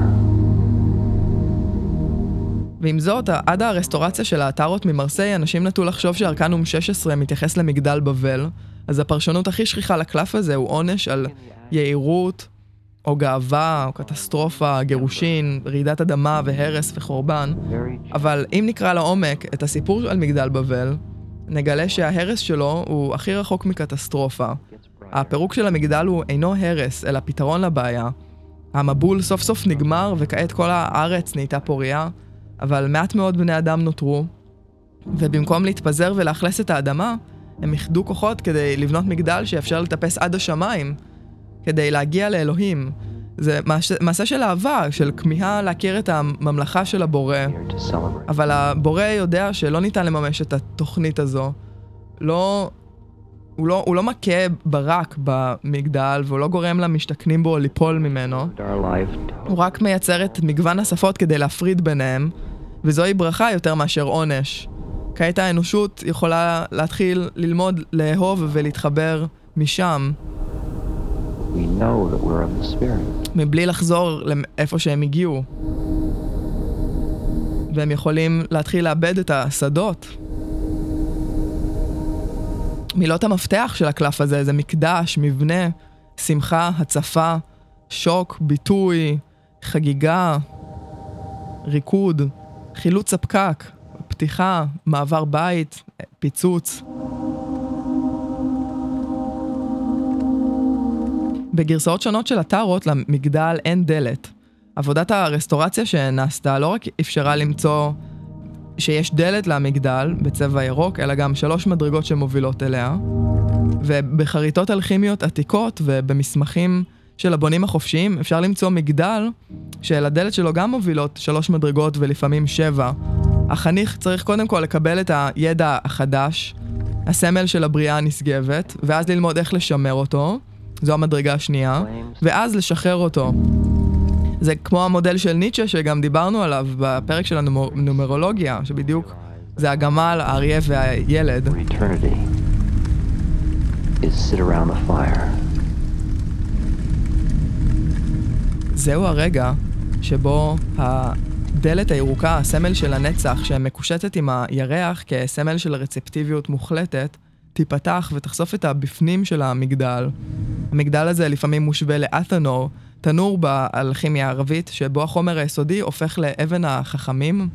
[SPEAKER 5] ועם זאת, עד הרסטורציה של האתרות ממרסיי, אנשים נטו לחשוב שארקנום שש עשרה מתייחס למגדל בבל, אז הפרשנות הכי שכיחה לקלף הזה הוא עונש על יהירות, או גאווה, או קטסטרופה, גירושין, רעידת אדמה והרס וחורבן. אבל אם נקרא לעומק את הסיפור על מגדל בבל, נגלה שההרס שלו הוא הכי רחוק מקטסטרופה. הפירוק של המגדל הוא אינו הרס, אלא פתרון לבעיה. המבול סוף סוף נגמר, וכעת כל הארץ נהייתה פוריה, אבל מעט מאוד בני אדם נותרו, ובמקום להתפזר ולאכלס את האדמה, הם יחדו כוחות כדי לבנות מגדל שאפשר לטפס עד השמיים, כדי להגיע לאלוהים. זה מעשה של אהבה, של כמיהה להכיר את הממלכה של הבורא. אבל הבורא יודע שלא ניתן לממש את התוכנית הזו. לא, הוא לא, הוא לא מכה ברק במגדל, והוא לא גורם למשתכנים בו ליפול ממנו. הוא רק מייצר את מגוון השפות כדי להפריד ביניהם, וזוהי ברכה יותר מאשר עונש. כעת האנושות יכולה להתחיל ללמוד לאהוב ולהתחבר משם.
[SPEAKER 6] We know that we're of the Spirit.
[SPEAKER 5] מבלי לחזור לאיפה שהם הגיעו. והם יכולים להתחיל לאבד את השדות. מילות המפתח של הקלף הזה זה מקדש, מבנה, שמחה, הצפה, שוק, ביטוי, חגיגה, ריקוד, חילוץ הפקק, פתיחה, מעבר בית, פיצוץ. בגרסאות שונות של הטארות למגדל אין דלת. עבודת הרסטורציה שנעשתה לא רק אפשרה למצוא שיש דלת למגדל בצבע ירוק, אלא גם שלוש מדרגות שמובילות אליה. ובחריטות אלכימיות עתיקות ובמסמכים של הבונים החופשיים אפשר למצוא מגדל של הדלת שלו גם מובילות שלוש מדרגות ולפעמים שבע. החניך צריך קודם כל לקבל את הידע החדש, הסמל של הבריאה הנשגבת, ואז ללמוד איך לשמר אותו. זו המדרגה השנייה, ואז לשחרר אותו. זה כמו המודל של ניטשה שגם דיברנו עליו בפרק של הנומרולוגיה, שבדיוק זה הגמל, האריה והילד. זהו הרגע שבו הדלת הירוקה, הסמל של הנצח, שמקושטת עם הירח כסמל של רצפטיביות מוחלטת, תיפתח ותחשוף את הבפנים של המגדל. המגדל הזה לפעמים מושווה לאת'נור, תנור באלכימיה הערבית, שבו החומר היסודי הופך לאבן החכמים.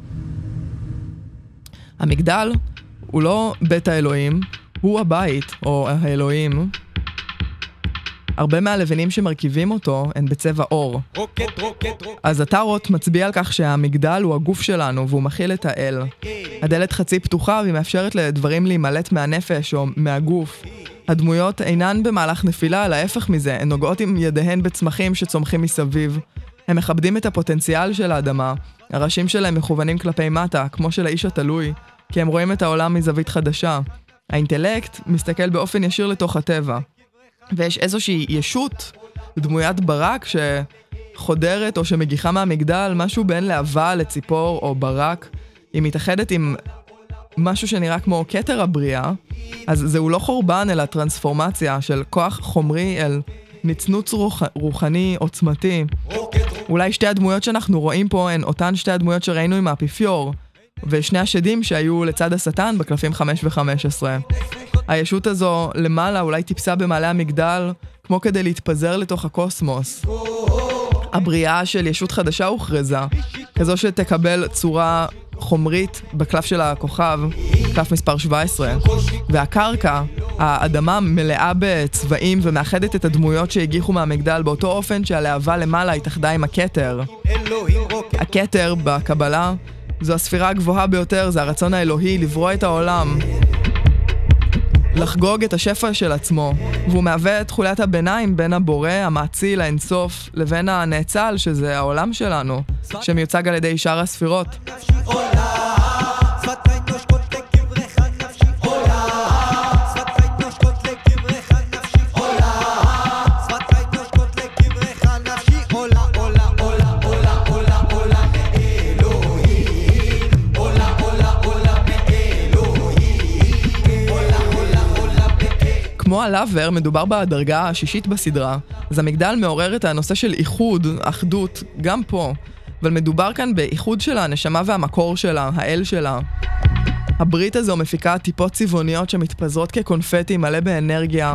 [SPEAKER 5] המגדל הוא לא בית האלוהים, הוא הבית, או האלוהים. הרבה מהלבנים שמרכיבים אותו הן בצבע אור. אז הטארוט מצביע על כך שהמגדל הוא הגוף שלנו והוא מכיל את האל. הדלת חצי פתוחה והיא מאפשרת לדברים להימלט מהנפש או מהגוף. הדמויות אינן במהלך נפילה, אלא ההפך מזה, הן נוגעות עם ידיהן בצמחים שצומחים מסביב. הם מכבדים את הפוטנציאל של האדמה. הראשים שלהם מכוונים כלפי מטה, כמו של האיש התלוי, כי הם רואים את העולם מזווית חדשה. האינטלקט מסתכל באופן ישיר לתוך הטבע. ויש איזושהי ישות, דמוית ברק שחודרת או שמגיחה מהמגדל, משהו בין להבה לציפור או ברק. היא מתאחדת עם משהו שנראה כמו כתר הבריאה, אז זהו לא חורבן אלא טרנספורמציה של כוח חומרי אל נצנוץ רוח, רוחני עוצמתי. אולי שתי הדמויות שאנחנו רואים פה הן אותן שתי הדמויות שראינו עם האפיפיור, ושני השדים שהיו לצד השטן בקלפים חמש וחמש עשרה. הישות הזו למעלה אולי טיפסה במעלה המגדל, כמו כדי להתפזר לתוך הקוסמוס. הבריאה של ישות חדשה הוכרזה, כזו שתקבל צורה חומרית בקלף של הכוכב, קלף מספר שבע עשרה. והקרקע, האדמה מלאה בצבעים ומאחדת את הדמויות שהגיחו מהמגדל באותו אופן שהלהבה למעלה התאחדה עם הכתר. הכתר בקבלה זו הספירה הגבוהה ביותר, זה הרצון האלוהי לברוא את העולם, לחגוג את השפע של עצמו, והוא מהווה את תחולת הביניים בין הבורא, המעציל, האינסוף, לבין הנאצל, שזה העולם שלנו, שמיוצג על ידי שאר הספירות. כמו הלאבר, מדובר בדרגה השישית בסדרה, אז המגדל מעורר את הנושא של איחוד, אחדות, גם פה, אבל מדובר כאן באיחוד שלה, הנשמה והמקור שלה, האל שלה. הברית הזו מפיקה טיפות צבעוניות שמתפזרות כקונפטי מלא באנרגיה.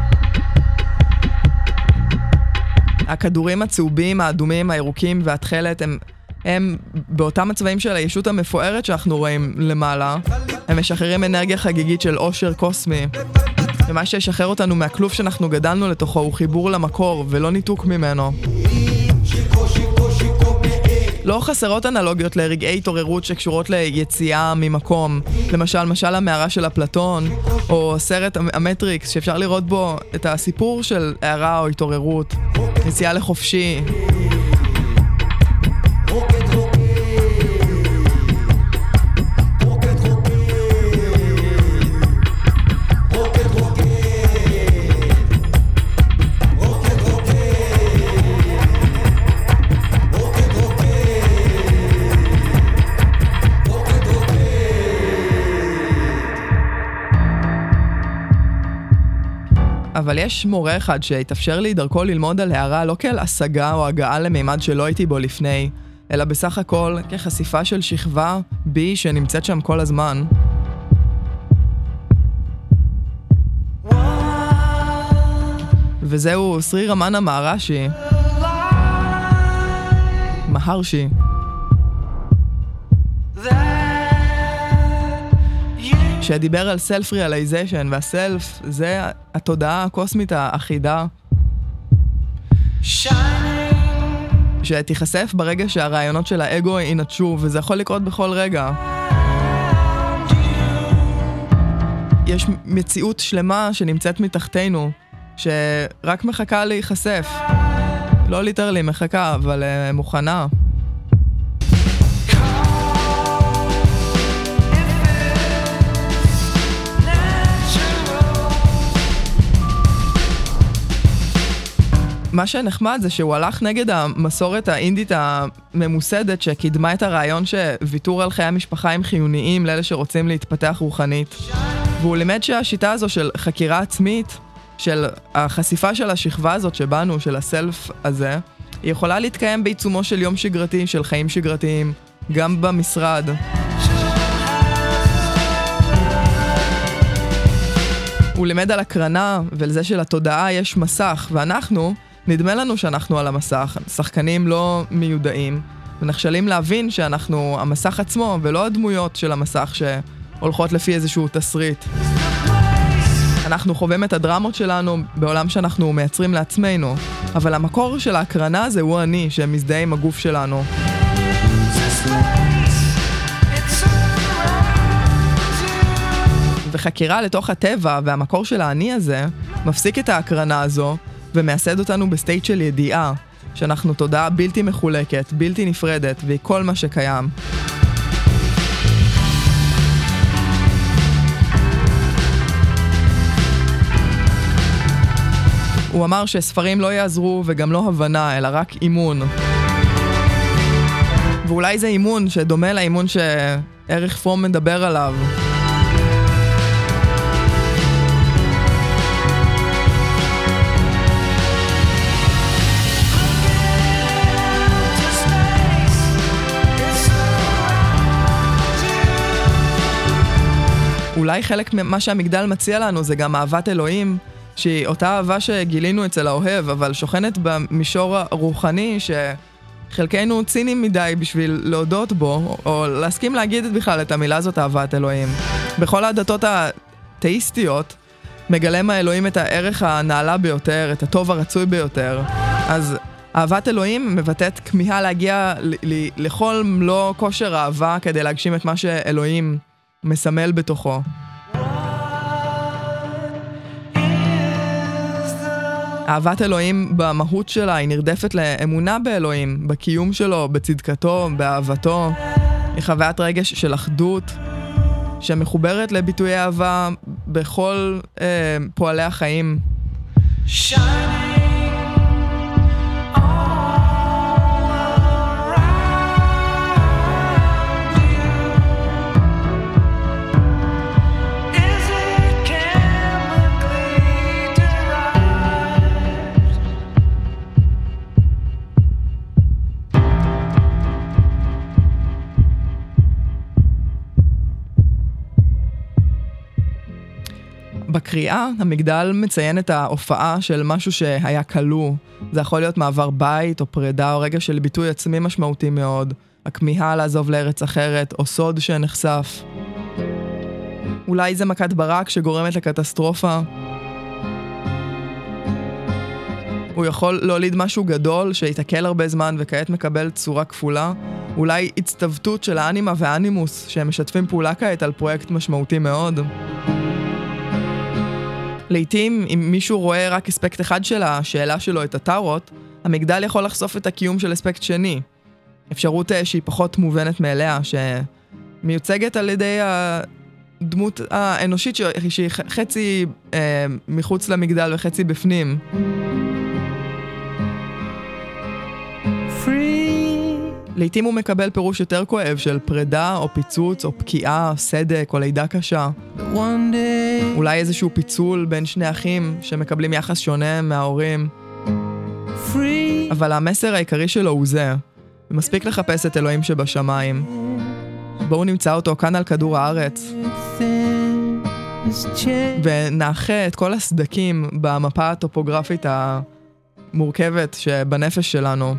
[SPEAKER 5] הכדורים הצהובים, האדומים, הירוקים והתכלת הם, הם באותם הצבעים של הישות המפוארת שאנחנו רואים למעלה. הם משחררים אנרגיה חגיגית של עושר קוסמי. ומה שישחרר אותנו מהכלוף שאנחנו גדלנו לתוכו הוא חיבור למקור ולא ניתוק ממנו. לא חסרות אנלוגיות לרגעי התעוררות שקשורות ליציאה ממקום, למשל משל המערה של אפלטון, או סרט המטריקס שאפשר לראות בו את הסיפור של הערה או התעוררות, יציאה לחופשי. אבל יש מורה אחד שהתאפשר לי דרכו ללמוד על הערה לא כאל השגה או הגעה למימד שלא הייתי בו לפני, אלא בסך הכל כחשיפה של שכבה בי שנמצאת שם כל הזמן. וזהו סרי רמנה מהרשי. מהרשי. שדיבר על self-realization, והסלף זה התודעה הקוסמית האחידה שתיחשף ברגע שהרעיונות של האגו ינטשו, וזה יכול לקרות בכל רגע. יש מציאות שלמה שנמצאת מתחתנו, שרק מחכה להיחשף. לא ליטרלי מחכה, אבל uh, מוכנה. מה שנחמד זה שהוא הלך נגד המסורת האינדית הממוסדת שקידמה את הרעיון שוויתור על חיי המשפחה הם חיוניים לאלה שרוצים להתפתח רוחנית. והוא לימד שהשיטה הזו של חקירה עצמית, של החשיפה של השכבה הזאת שבנו, של הסלף הזה, היא יכולה להתקיים בעיצומו של יום שגרתי, של חיים שגרתיים, גם במשרד. הוא לימד על הקרנה ועל זה שלתודעה יש מסך, ואנחנו, נדמה לנו שאנחנו על המסך, שחקנים לא מיודעים, ונכשלים להבין שאנחנו המסך עצמו, ולא הדמויות של המסך שהולכות לפי איזשהו תסריט. אנחנו חווים את הדרמות שלנו בעולם שאנחנו מייצרים לעצמנו, אבל המקור של ההקרנה זה הוא אני, שמזדהה עם הגוף שלנו. וחקירה לתוך הטבע והמקור של האני הזה מפסיק את ההקרנה הזו ומייסד אותנו בסטייט של ידיעה, שאנחנו תודעה בלתי מחולקת, בלתי נפרדת, והיא כל מה שקיים. הוא אמר שספרים לא יעזרו וגם לא הבנה, אלא רק אימון. ואולי זה אימון שדומה לאימון שערך פרום מדבר עליו. אולי חלק ממה שהמגדל מציע לנו זה גם אהבת אלוהים, שהיא אותה אהבה שגילינו אצל האוהב, אבל שוכנת במישור הרוחני שחלקנו צינים מדי בשביל להודות בו, או להסכים להגיד בכלל את המילה הזאת אהבת אלוהים. בכל הדתות התאיסטיות מגלם האלוהים את הערך הנעלה ביותר, את הטוב הרצוי ביותר. אז אהבת אלוהים מבטאת כמיהה להגיע ל- ל- לכל מלוא כושר אהבה כדי להגשים את מה שאלוהים מסמל בתוכו. אהבת אלוהים במהות שלה היא נרדפת לאמונה באלוהים, בקיום שלו, בצדקתו, באהבתו. היא חוויית רגש של אחדות, שמחוברת לביטויי אהבה בכל אה, פועלי החיים. בקריאה, המגדל מציין את ההופעה של משהו שהיה קלו. זה יכול להיות מעבר בית או פרידה או רגע של ביטוי עצמי משמעותי מאוד. הכמיהה לעזוב לארץ אחרת או סוד שנחשף. אולי זה מכת ברק שגורמת לקטסטרופה. הוא יכול להוליד משהו גדול שהתעכל הרבה זמן וכעת מקבל צורה כפולה. אולי הצטוותות של האנימה והאנימוס שהם משתפים פעולה כעת על פרויקט משמעותי מאוד. לעתים, אם מישהו רואה רק אספקט אחד של השאלה שלו, את הטארות, המגדל יכול לחשוף את הקיום של אספקט שני. אפשרות שהיא פחות מובנת מאליה, שמיוצגת על ידי הדמות האנושית שהיא חצי אה, מחוץ למגדל וחצי בפנים. לעתים הוא מקבל פירוש יותר כואב של פרידה או פיצוץ או פקיעה, סדק או לידה קשה. אולי איזשהו פיצול בין שני אחים שמקבלים יחס שונה מההורים. אבל המסר העיקרי שלו הוא זה. מספיק לחפש את אלוהים שבשמיים. בואו נמצא אותו כאן על כדור הארץ. ונאחה את כל הסדקים במפה הטופוגרפית המורכבת שבנפש שלנו.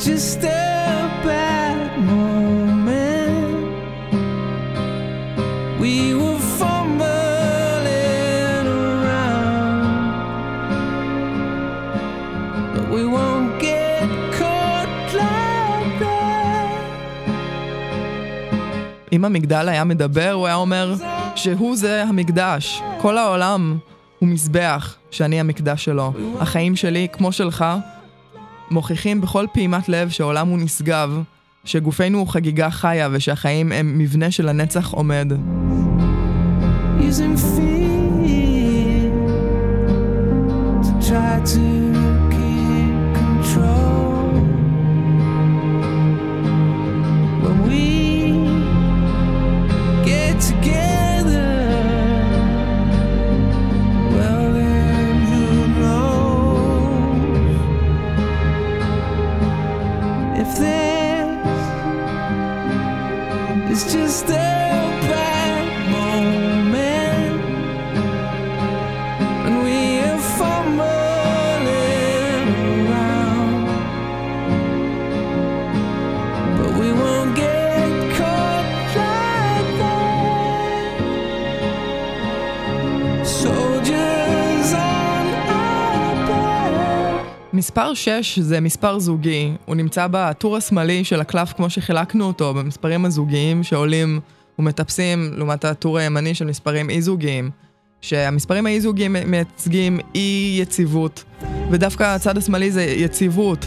[SPEAKER 4] We were fumbling around, but we won't get caught like that.
[SPEAKER 5] אם המגדל היה מדבר, הוא היה אומר שהוא זה המקדש. כל העולם הוא מזבח שאני המקדש שלו. החיים שלי, כמו שלך, מוכיחים בכל פעימת לב שהעולם הוא נשגב, שגופנו הוא חגיגה חיה ושהחיים הם מבנה של הנצח עומד.
[SPEAKER 4] Using fear to try to keep control. When we get together, well then who knows if there's it's just a bad moment and we are fumbling
[SPEAKER 5] מספר שש זה מספר זוגי, הוא נמצא בטור השמאלי של הקלף כמו שחילקנו אותו, במספרים הזוגיים שעולים ומטפסים, לעומת הטור הימני של מספרים אי-זוגיים, שהמספרים האי-זוגיים מייצגים אי-יציבות, ודווקא הצד השמאלי זה יציבות.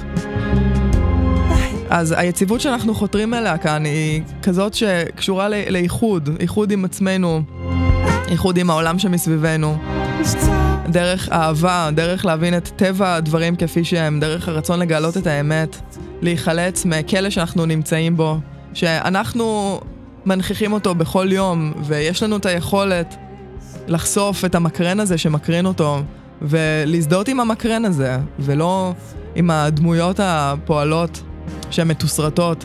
[SPEAKER 5] אז היציבות שאנחנו חותרים אליה כאן היא כזאת שקשורה לאיחוד, איחוד עם עצמנו, איחוד עם העולם שמסביבנו. דרך אהבה, דרך להבין את טבע הדברים כפי שהם, דרך הרצון לגלות את האמת, להיחלץ מכלא שאנחנו נמצאים בו, שאנחנו מנכיחים אותו בכל יום, ויש לנו את היכולת לחשוף את המקרן הזה שמקרין אותו, ולהזדהות עם המקרן הזה, ולא עם הדמויות הפועלות שהן מתוסרטות.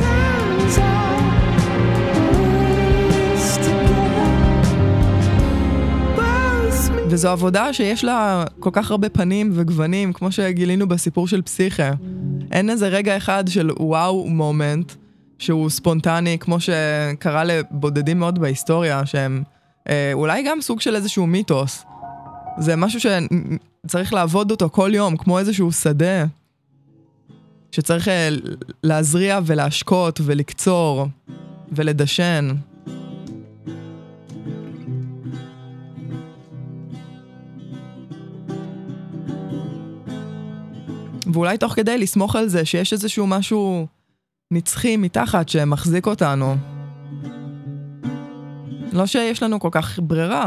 [SPEAKER 5] וזו עבודה שיש לה כל כך הרבה פנים וגוונים, כמו שגילינו בסיפור של פסיכה. אין איזה רגע אחד של וואו מומנט, שהוא ספונטני, כמו שקרה לבודדים מאוד בהיסטוריה, שהם אה, אולי גם סוג של איזשהו מיתוס. זה משהו שצריך לעבוד אותו כל יום, כמו איזשהו שדה, שצריך אה, להזריע ולהשקות ולקצור ולדשן. ואולי תוך כדי לסמוך על זה שיש איזשהו משהו נצחי מתחת שמחזיק אותנו. לא שיש לנו כל כך ברירה.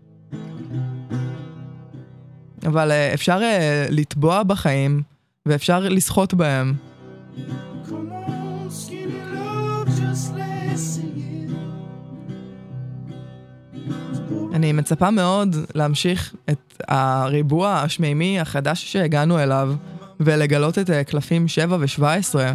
[SPEAKER 5] אבל אפשר לטבוע בחיים, ואפשר לשחות בהם. אני מצפה מאוד להמשיך את הריבוע השמימי החדש שהגענו אליו, ולגלות את קלפים שבע ושבע עשרה.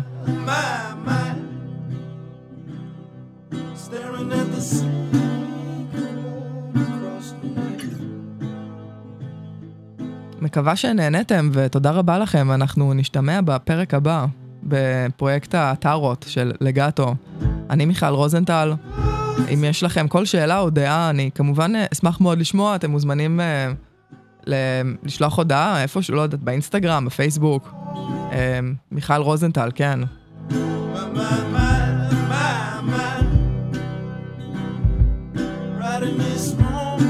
[SPEAKER 5] מקווה שנהנתם ותודה רבה לכם, אנחנו נשתמע בפרק הבא בפרויקט הטארוט של לגאטו. אני מיכל רוזנטל, אם יש לכם כל שאלה או דעה, אני כמובן אשמח מאוד לשמוע, אתם מוזמנים לשלוח הודעה, איפה שלא יודעת, באינסטגרם, בפייסבוק. מיכל רוזנטל, כן.
[SPEAKER 4] Riding this moment